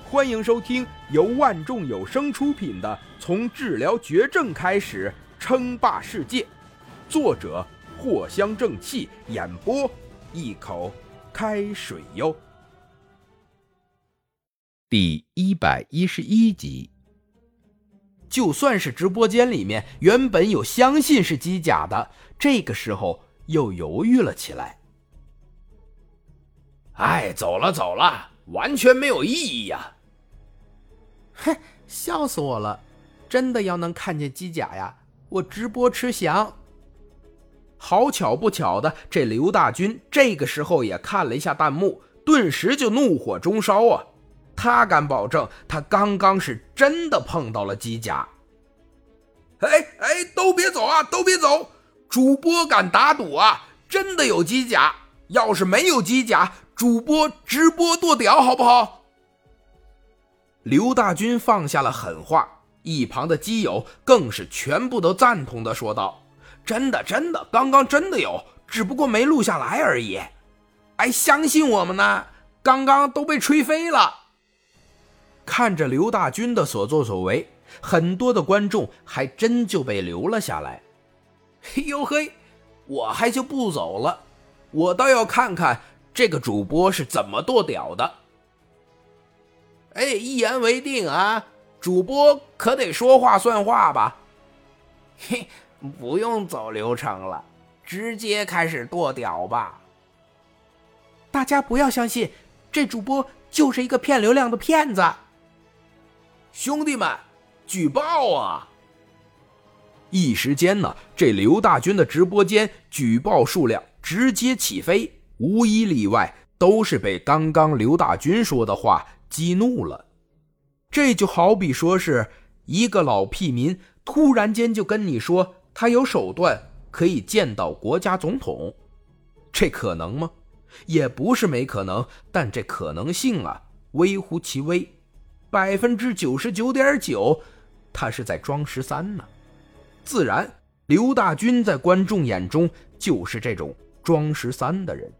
欢迎收听由万众有声出品的《从治疗绝症开始称霸世界》，作者藿香正气，演播一口开水哟。第111集。就算是直播间里面原本有相信是机甲的，这个时候又犹豫了起来。 走了，完全没有意义呀！ 嘿，笑死我了！真的要能看见机甲呀，我直播吃翔。好巧不巧的，这刘大军这个时候也看了一下弹幕，顿时就怒火中烧啊！他敢保证，他刚刚是真的碰到了机甲。都别走啊，都别走！主播敢打赌啊，真的有机甲。要是没有机甲，主播直播剁屌好不好？刘大军放下了狠话，一旁的基友更是全部都赞同的说道：真的，刚刚真的有，只不过没录下来而已。相信我们呢，刚刚都被吹飞了。看着刘大军的所作所为，很多的观众还真就被留了下来。我还就不走了，我倒要看看这个主播是怎么剁屌的。一言为定啊，主播可得说话算话吧。 不用走流程了，直接开始剁屌吧。 大家不要相信，这主播就是一个骗流量的骗子。 兄弟们，举报啊！ 一时间呢，这刘大军的直播间举报数量直接起飞，无一例外都是被刚刚刘大军说的话激怒了。这就好比说是一个老屁民突然间就跟你说他有手段可以见到国家总统，这可能吗？也不是没可能，但这可能性啊微乎其微，99.9%他是在装13呢。自然刘大军在观众眼中就是这种装13的人。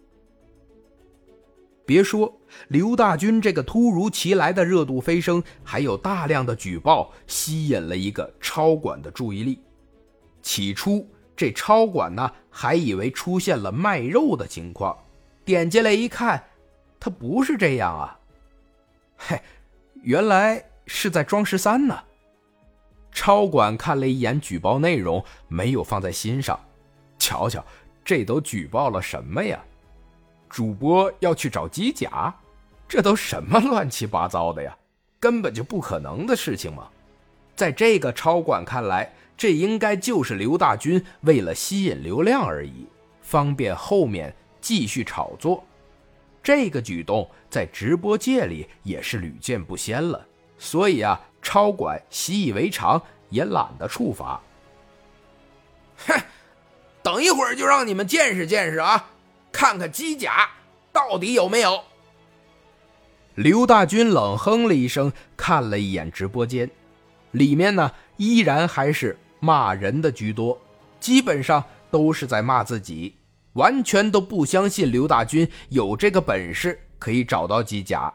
别说刘大军这个突如其来的热度飞升，还有大量的举报吸引了一个超管的注意力。起初这超管呢还以为出现了卖肉的情况，点进来一看，他不是这样啊，原来是在装13呢。超管看了一眼举报内容，没有放在心上。瞧瞧，这都举报了什么呀？主播要去找机甲？这都什么乱七八糟的呀？根本就不可能的事情嘛。在这个超管看来，这应该就是刘大军为了吸引流量而已，方便后面继续炒作。这个举动在直播界里也是屡见不鲜了，所以啊，超管习以为常，也懒得处罚。等一会儿就让你们见识见识啊，看看机甲到底有没有。刘大军冷哼了一声，看了一眼直播间，里面呢依然还是骂人的居多，基本上都是在骂自己，完全都不相信刘大军有这个本事可以找到机甲。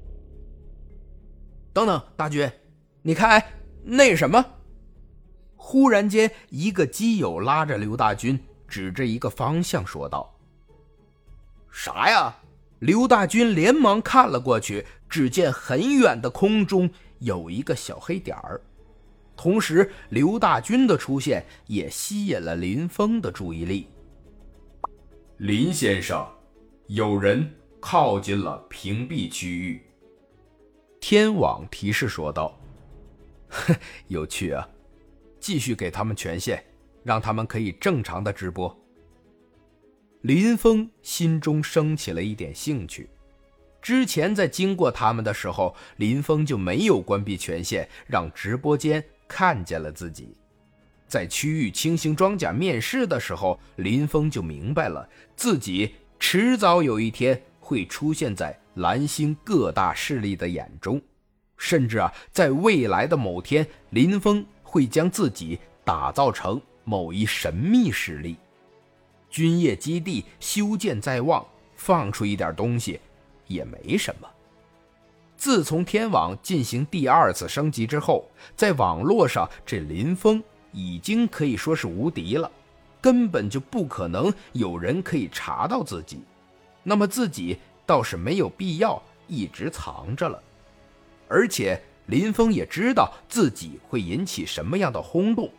等等，大军，你看，那是什么？忽然间，一个基友拉着刘大军，指着一个方向说道：啥呀？刘大军连忙看了过去，只见很远的空中有一个小黑点儿。同时，刘大军的出现也吸引了林峰的注意力。林先生，有人靠近了屏蔽区域。天网提示说道。有趣啊，继续给他们权限，让他们可以正常的直播。林峰心中升起了一点兴趣。之前在经过他们的时候，林峰就没有关闭权限，让直播间看见了自己。在区域轻型装甲面试的时候，林峰就明白了，自己迟早有一天会出现在蓝星各大势力的眼中，甚至在未来的某天，林峰会将自己打造成某一神秘势力。军业基地修建在望，放出一点东西也没什么。 自从天网进行第2次升级之后，在网络上这林峰已经可以说是无敌了，根本就不可能有人可以查到自己。那么自己倒是没有必要一直藏着了。而且林峰也知道自己会引起什么样的轰动。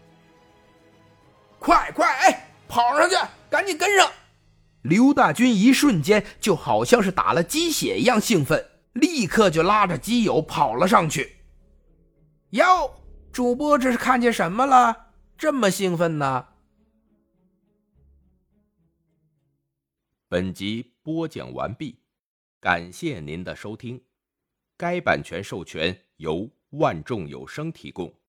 快，跑上去，赶紧跟上！ 刘大军一瞬间就好像是打了鸡血一样兴奋，立刻就拉着基友跑了上去。 哟，主播这是看见什么了？这么兴奋呢？ 本集播讲完毕，感谢您的收听。该版权授权由万众有声提供。